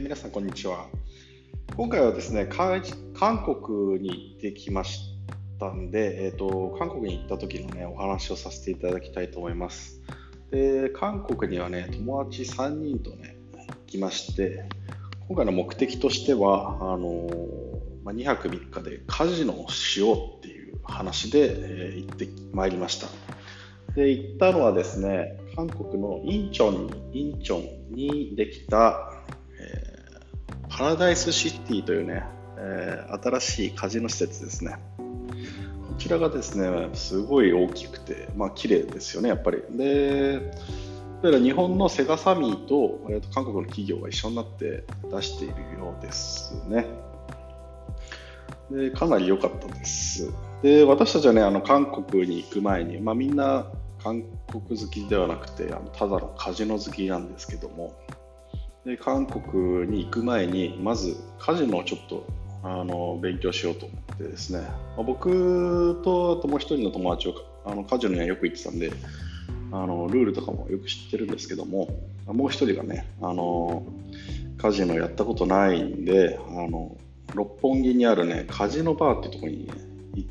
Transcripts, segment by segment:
皆さんこんにちは。今回はですね、韓国に行ってきましたんで、韓国に行った時のね、お話をさせていただきたいと思います。で、韓国にはね、友達3人とね、行きまして、今回の目的としては、2泊3日でカジノをしようっていう話で、行ってまいりました。で、行ったのはですね、韓国のインチョンにできた、パラダイスシティというね、新しいカジノ施設ですね。こちらがですね、すごい大きくて、綺麗ですよね、やっぱり。で、どうやら日本のセガサミーと、韓国の企業が一緒になって出しているようですね。で、かなり良かったです。で、私たちはね、韓国に行く前に、みんな韓国好きではなくて、ただのカジノ好きなんですけども、で韓国に行く前にまずカジノをちょっと勉強しようと思ってですね、僕とあともう一人の友達をカジノにはよく行ってたんで、ルールとかもよく知ってるんですけども、もう一人がね、カジノやったことないんで、六本木にあるねカジノバーっていうところに、ね、行って、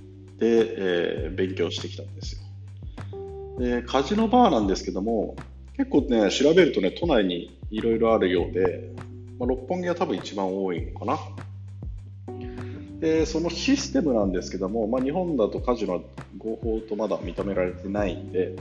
勉強してきたんですよ。でカジノバーなんですけども、結構ね調べるとね都内にいろいろあるようで、六本木は多分一番多いのかな。でそのシステムなんですけども、日本だとカジノは合法とまだ認められてないんで、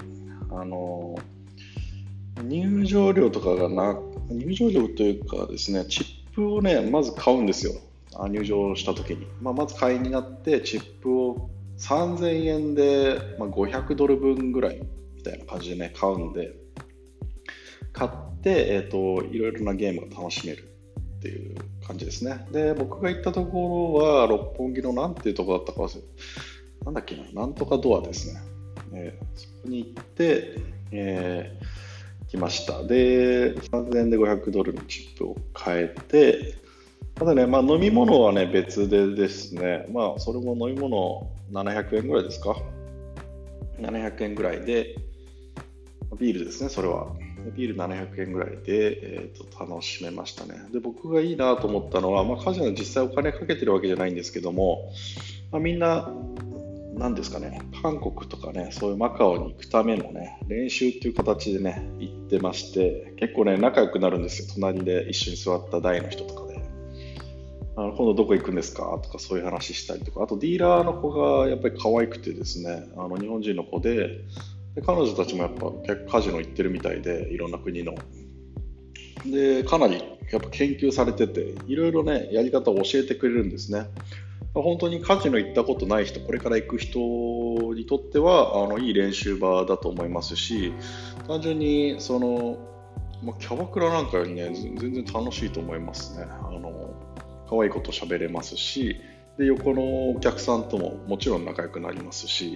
入場料とかが入場料というかですね、チップをねまず買うんですよ。入場した時に、まず会員になってチップを3000円で、500ドル分ぐらいみたいな感じでね買うんで、買って、いろいろなゲームが楽しめるっていう感じですね。で、僕が行ったところは六本木のなんていうところだったか忘れて、なんだっけな、なんとかドアですね。そこに行って、来ました。で、3000円で500ドルのチップを買えて、ただね、飲み物はね別でですね、それも飲み物700円ぐらいですか。700円ぐらいで、ビールですね、それは。ビール700円ぐらいで、楽しめましたね。で、僕がいいなと思ったのは、カジノ実際お金かけてるわけじゃないんですけども、みんな、なんですかね、韓国とかね、そういうマカオに行くためのね、練習っていう形でね、行ってまして、結構ね、仲良くなるんですよ。隣で一緒に座った大の人とかで。今度どこ行くんですかとかそういう話したりとか、あとディーラーの子がやっぱり可愛くてですね、日本人の子で、彼女たちもやっぱカジノ行ってるみたいで、いろんな国の。で、かなりやっぱ研究されてて、いろいろね、やり方を教えてくれるんですね。本当にカジノ行ったことない人、これから行く人にとっては、いい練習場だと思いますし、単純に、キャバクラなんかよりね、全然楽しいと思いますね。可愛いこと喋れますし、で、横のお客さんとももちろん仲良くなりますし、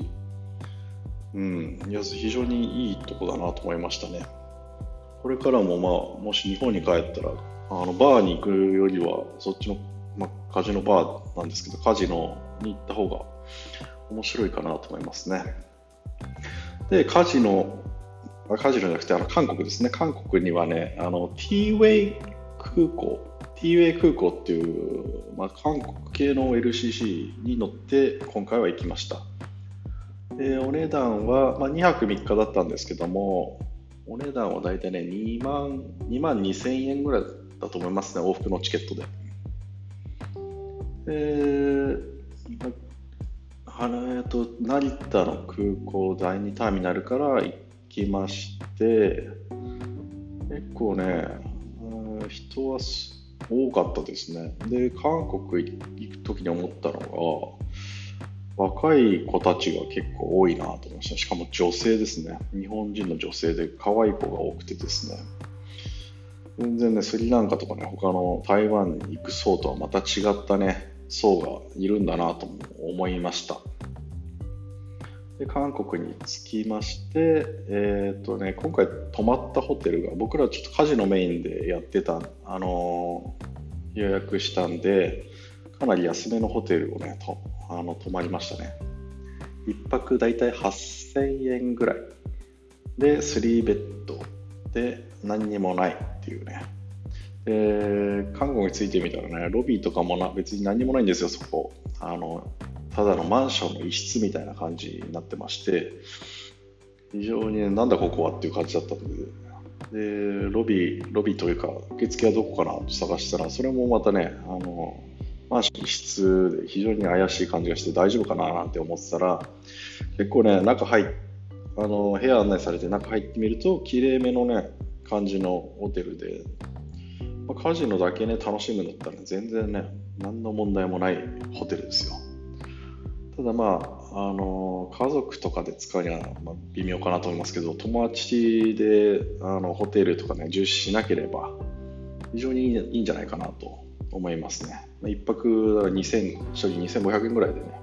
非常にいいとこだなと思いましたね。これからももし日本に帰ったらバーに行くよりはそっちの、カジノバーなんですけど、カジノに行った方が面白いかなと思いますね。で、カジノじゃなくて韓国ですね。韓国にはねT-Way 空港っていう、韓国系の LCC に乗って今回は行きました。でお値段は、2泊3日だったんですけども、お値段はだいたいね2万2000円ぐらいだと思いますね、往復のチケットで。成田の空港第2ターミナルから行きまして、結構ね人は多かったですね。で、韓国行く時に思ったのが、若い子たちが結構多いなと思いました。しかも女性ですね。日本人の女性で可愛い子が多くてですね。全然ね、スリランカとかね、他の台湾に行く層とはまた違ったね、層がいるんだなと思いました。で、韓国に着きまして、今回泊まったホテルが、僕らちょっとカジノメインでやってた、予約したんで、かなり安めのホテルをね、泊まりましたね。1泊だいたい8000円ぐらいで3ベッドで何にもないっていうね。 韓国に着いてみたらね、ロビーとかも別に何もないんですよ、そこ。ただのマンションの一室みたいな感じになってまして、非常になんだここはっていう感じだったので、ロビーというか、受付はどこかなと探したら、それもまたね、マンション一室で非常に怪しい感じがして大丈夫かななんて思ってたら、結構ね、部屋案内されて中入ってみると、綺麗めのね、感じのホテルで、カジノだけね、楽しむんだったら全然ね、何の問題もないホテルですよ。ただ家族とかで使うには、微妙かなと思いますけど、友達でホテルとかね、重視しなければ、非常にいいんじゃないかなと思いますね。一泊1人2500円ぐらいでね、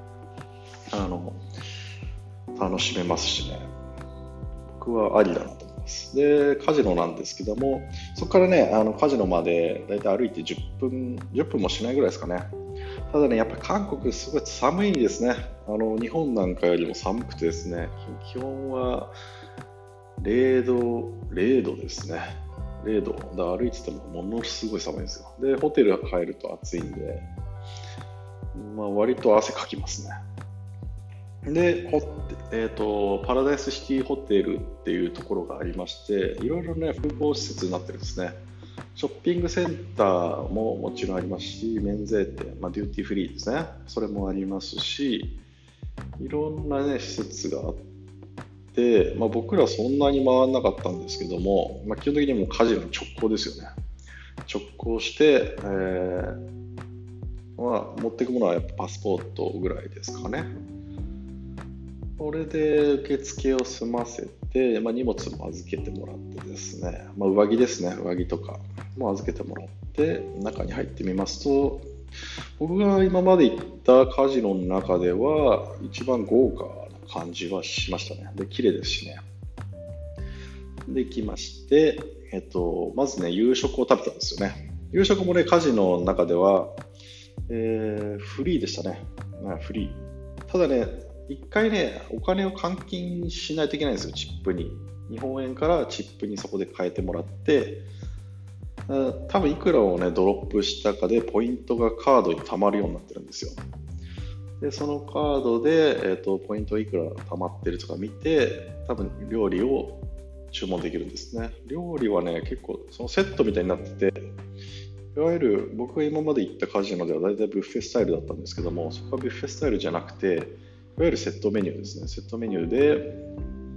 楽しめますしね、僕はありだなと思います。で、カジノなんですけども、そこからね、カジノまでだいたい歩いて10分もしないぐらいですかね。ただね、やっぱり韓国すごい寒いですね。日本なんかよりも寒くてですね、気温は0度ですね。0度。だ歩いててもものすごい寒いんですよ。で、ホテル入ると暑いんで、割と汗かきますね。で、パラダイスシティホテルっていうところがありまして、いろいろね、複合施設になってるんですね。ショッピングセンターももちろんありますし、免税店、デューティーフリーですね、それもありますし、いろんな、ね、施設があって、僕らそんなに回らなかったんですけども、基本的にもうカジノ直行ですよね。直行して、持っていくものはやっぱパスポートぐらいですかね。これで受付を済ませて、荷物も預けてもらってですね、上着ですね、上着とかも預けてもらって中に入ってみますと、僕が今まで行ったカジノの中では一番豪華な感じはしましたね。で、綺麗ですしね。で、きまして、まずね、夕食を食べたんですよね。夕食もね、カジノの中では、フリーでしたね。フリー。ただね、一回ね、お金を換金しないといけないんですよ、チップに。日本円からチップにそこで変えてもらって、多分いくらをね、ドロップしたかでポイントがカードに貯まるようになってるんですよ。で、そのカードで、ポイントいくら貯まってるとか見て、多分料理を注文できるんですね。料理はね、結構そのセットみたいになってて、いわゆる僕が今まで行ったカジノでは大体ブッフェスタイルだったんですけども、そこはブッフェスタイルじゃなくて、いわゆるセットメニューですね。セットメニューで、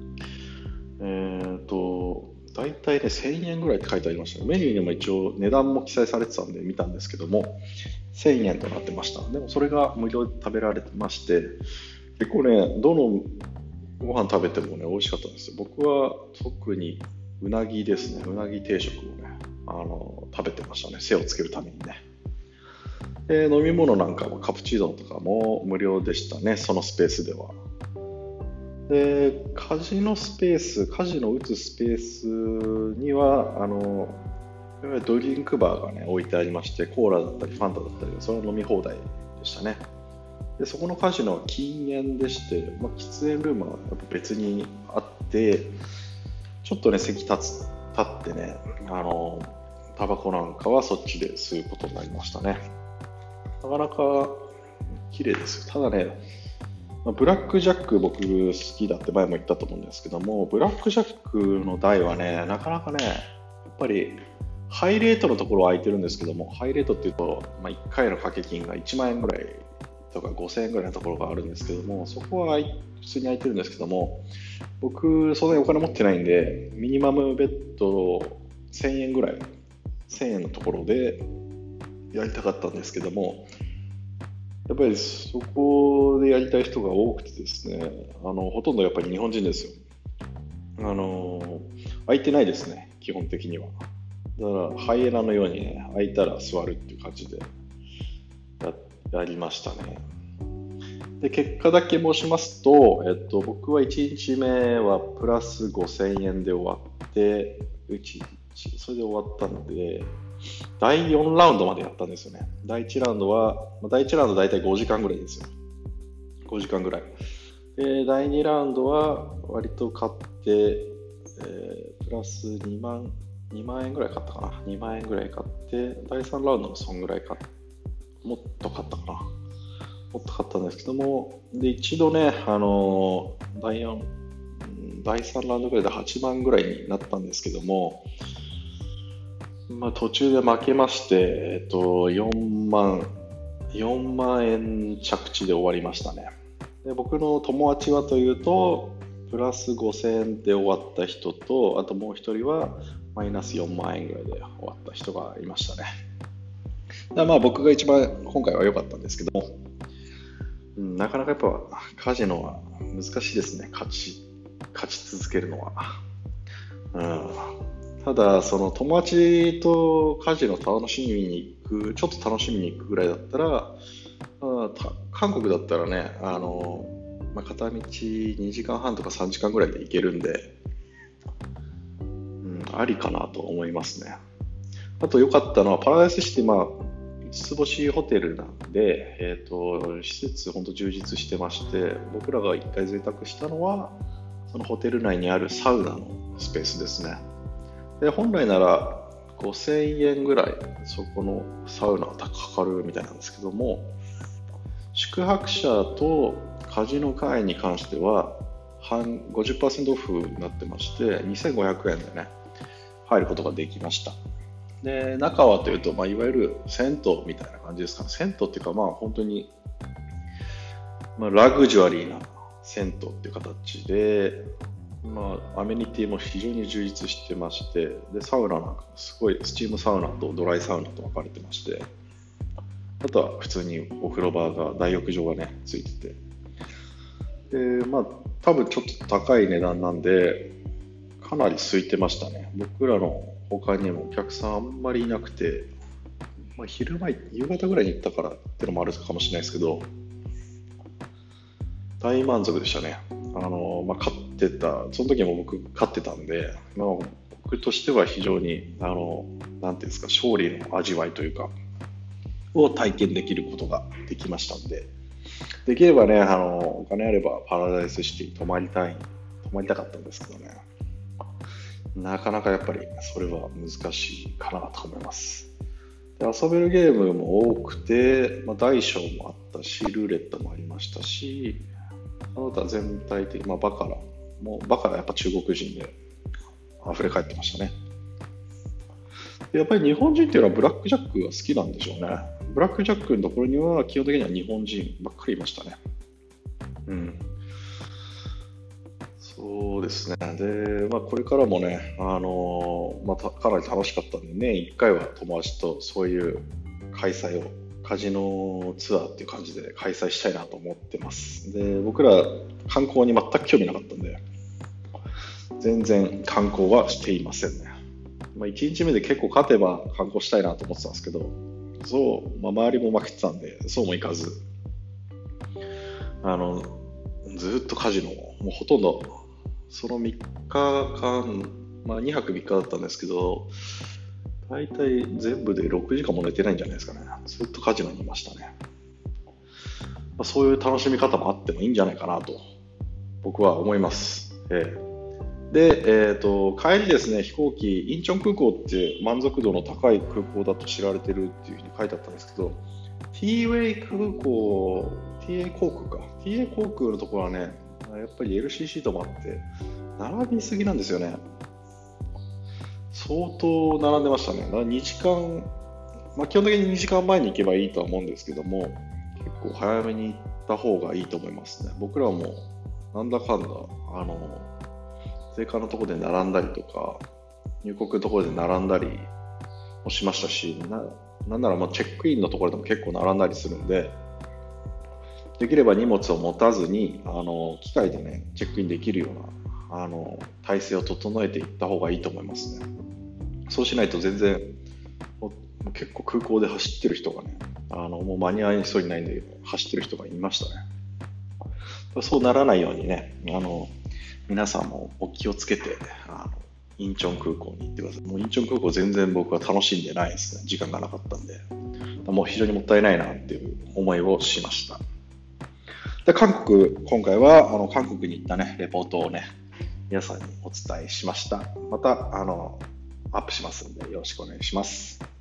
大体ね、1000円ぐらいって書いてありました。メニューにも一応値段も記載されてたんで見たんですけども、1000円となってました。でもそれが無料で食べられてまして、結構ね、どのご飯食べてもね、美味しかったんですよ。僕は特にうなぎですね。うなぎ定食をね、食べてましたね。背をつけるためにね。飲み物なんかもカプチーノとかも無料でしたね、そのスペースでは。で、カジノ打つスペースには、いわゆるドリンクバーがね、置いてありまして、コーラだったりファンタだったり、それは飲み放題でしたね。で、そこのカジノは禁煙でして、喫煙ルームはやっぱ別にあって、ちょっとね、席立ってね、タバコなんかはそっちで吸うことになりましたね。なかなか綺麗ですよ。ただね、ブラックジャック僕好きだって前も言ったと思うんですけども、ブラックジャックの台はね、なかなかね、やっぱりハイレートのところは空いてるんですけども、ハイレートっていうと、1回の掛け金が1万円ぐらいとか5000円ぐらいのところがあるんですけども、そこは普通に空いてるんですけども、僕そんなにお金持ってないんで、ミニマムベッド1000円ぐらい、1000円のところでやりたかったんですけども、やっぱりそこでやりたい人が多くてですね、ほとんどやっぱり日本人ですよ。空いてないですね、基本的には。だからハイエナのようにね、空いたら座るっていう感じでやりましたね。で、結果だけ申しますと、僕は1日目はプラス5000円で終わって、それで終わったので、第4ラウンドまでやったんですよね。第1ラウンド大体5時間ぐらいですよ。5時間ぐらい。で、第2ラウンドは割と買って、プラス2万 2万円ぐらい買ったかな。2万円ぐらい買って、第3ラウンドもそんぐらい買っもっと買ったかな。もっと買ったんですけども、で、一度ね、第3ラウンドぐらいで8万ぐらいになったんですけども、途中で負けまして、4万円着地で終わりましたね。で、僕の友達はというと、プラス5000円で終わった人と、あともう一人はマイナス4万円ぐらいで終わった人がいましたね。僕が一番今回は良かったんですけども、なかなかやっぱカジノは難しいですね、勝ち続けるのは。ただ、その友達とカジノ楽しみに行く、ちょっと楽しみに行くぐらいだったら、韓国だったらね、片道2時間半とか3時間ぐらいで行けるんで、ありかなと思いますね。あと良かったのはパラダイスシティ、5つ星ホテルなんで、施設本当充実してまして、僕らが一回贅沢したのは、そのホテル内にあるサウナのスペースですね。で、本来なら5000円ぐらいそこのサウナはかかるみたいなんですけども、宿泊者とカジノ会員に関しては50% オフになってまして、2500円でね、入ることができました。で、中はというと、いわゆる銭湯みたいな感じですかね。銭湯っていうか、本当に、ラグジュアリーな銭湯っていう形で、アメニティも非常に充実してまして、で、サウナなんかすごいスチームサウナとドライサウナと分かれてまして、あとは普通にお風呂場が、大浴場がね、ついてて、で、多分ちょっと高い値段なんで、かなり空いてましたね。僕らの他にもお客さんあんまりいなくて、夕方ぐらいに行ったからってのもあるかもしれないですけど、大満足でしたね。勝ってた、その時も僕勝ってたんで、僕としては非常に、なんていうんですか、勝利の味わいというか、を体験できることができましたんで、できればね、お金あればパラダイスシティ泊まりたかったんですけどね、なかなかやっぱりそれは難しいかなと思います。で、遊べるゲームも多くて、大小もあったし、ルーレットもありましたし、あの他全体的に、バカラやっぱ中国人で溢れ返ってましたね。で、やっぱり日本人っていうのはブラックジャックが好きなんでしょうね。ブラックジャックのところには基本的には日本人ばっかりいましたね。そうですね。で、これからもね、かなり楽しかったんで、年1回は友達とそういう開催を、カジノツアーっていう感じで開催したいなと思ってます。で、僕ら観光に全く興味なかったんで、全然観光はしていませんね。1日目で結構勝てば観光したいなと思ってたんですけど、周りも負けてたんで、そうもいかず、ずっとカジノを、もうほとんど、その3日間、2泊3日だったんですけど、大体全部で6時間も寝てないんじゃないですかね。ずっとカジノにいましたね。そういう楽しみ方もあってもいいんじゃないかなと、僕は思います。で、帰りですね、飛行機、インチョン空港って満足度の高い空港だと知られてるっていうふうに書いてあったんですけど、TA 航空のところはね、やっぱり LCC ともあって、並びすぎなんですよね。相当並んでましたね。だから2時間、基本的に2時間前に行けばいいとは思うんですけども、結構早めに行った方がいいと思いますね。僕らもなんだかんだ、税関のところで並んだりとか、入国のところで並んだりもしましたし、なんならチェックインのところでも結構並んだりするんで、できれば荷物を持たずに、機械でね、チェックインできるような、体制を整えていった方がいいと思いますね。そうしないと全然、結構空港で走ってる人がね、もう間に合いそうにないんだけど、走ってる人がいましたね。そうならないようにね、皆さんもお気をつけて、インチョン空港に行ってください。もうインチョン空港全然僕は楽しんでないですね。時間がなかったんで。もう非常にもったいないなっていう思いをしました。で、今回は韓国に行ったね、レポートをね、皆さんにお伝えしました。また、 アップしますんで、よろしくお願いします。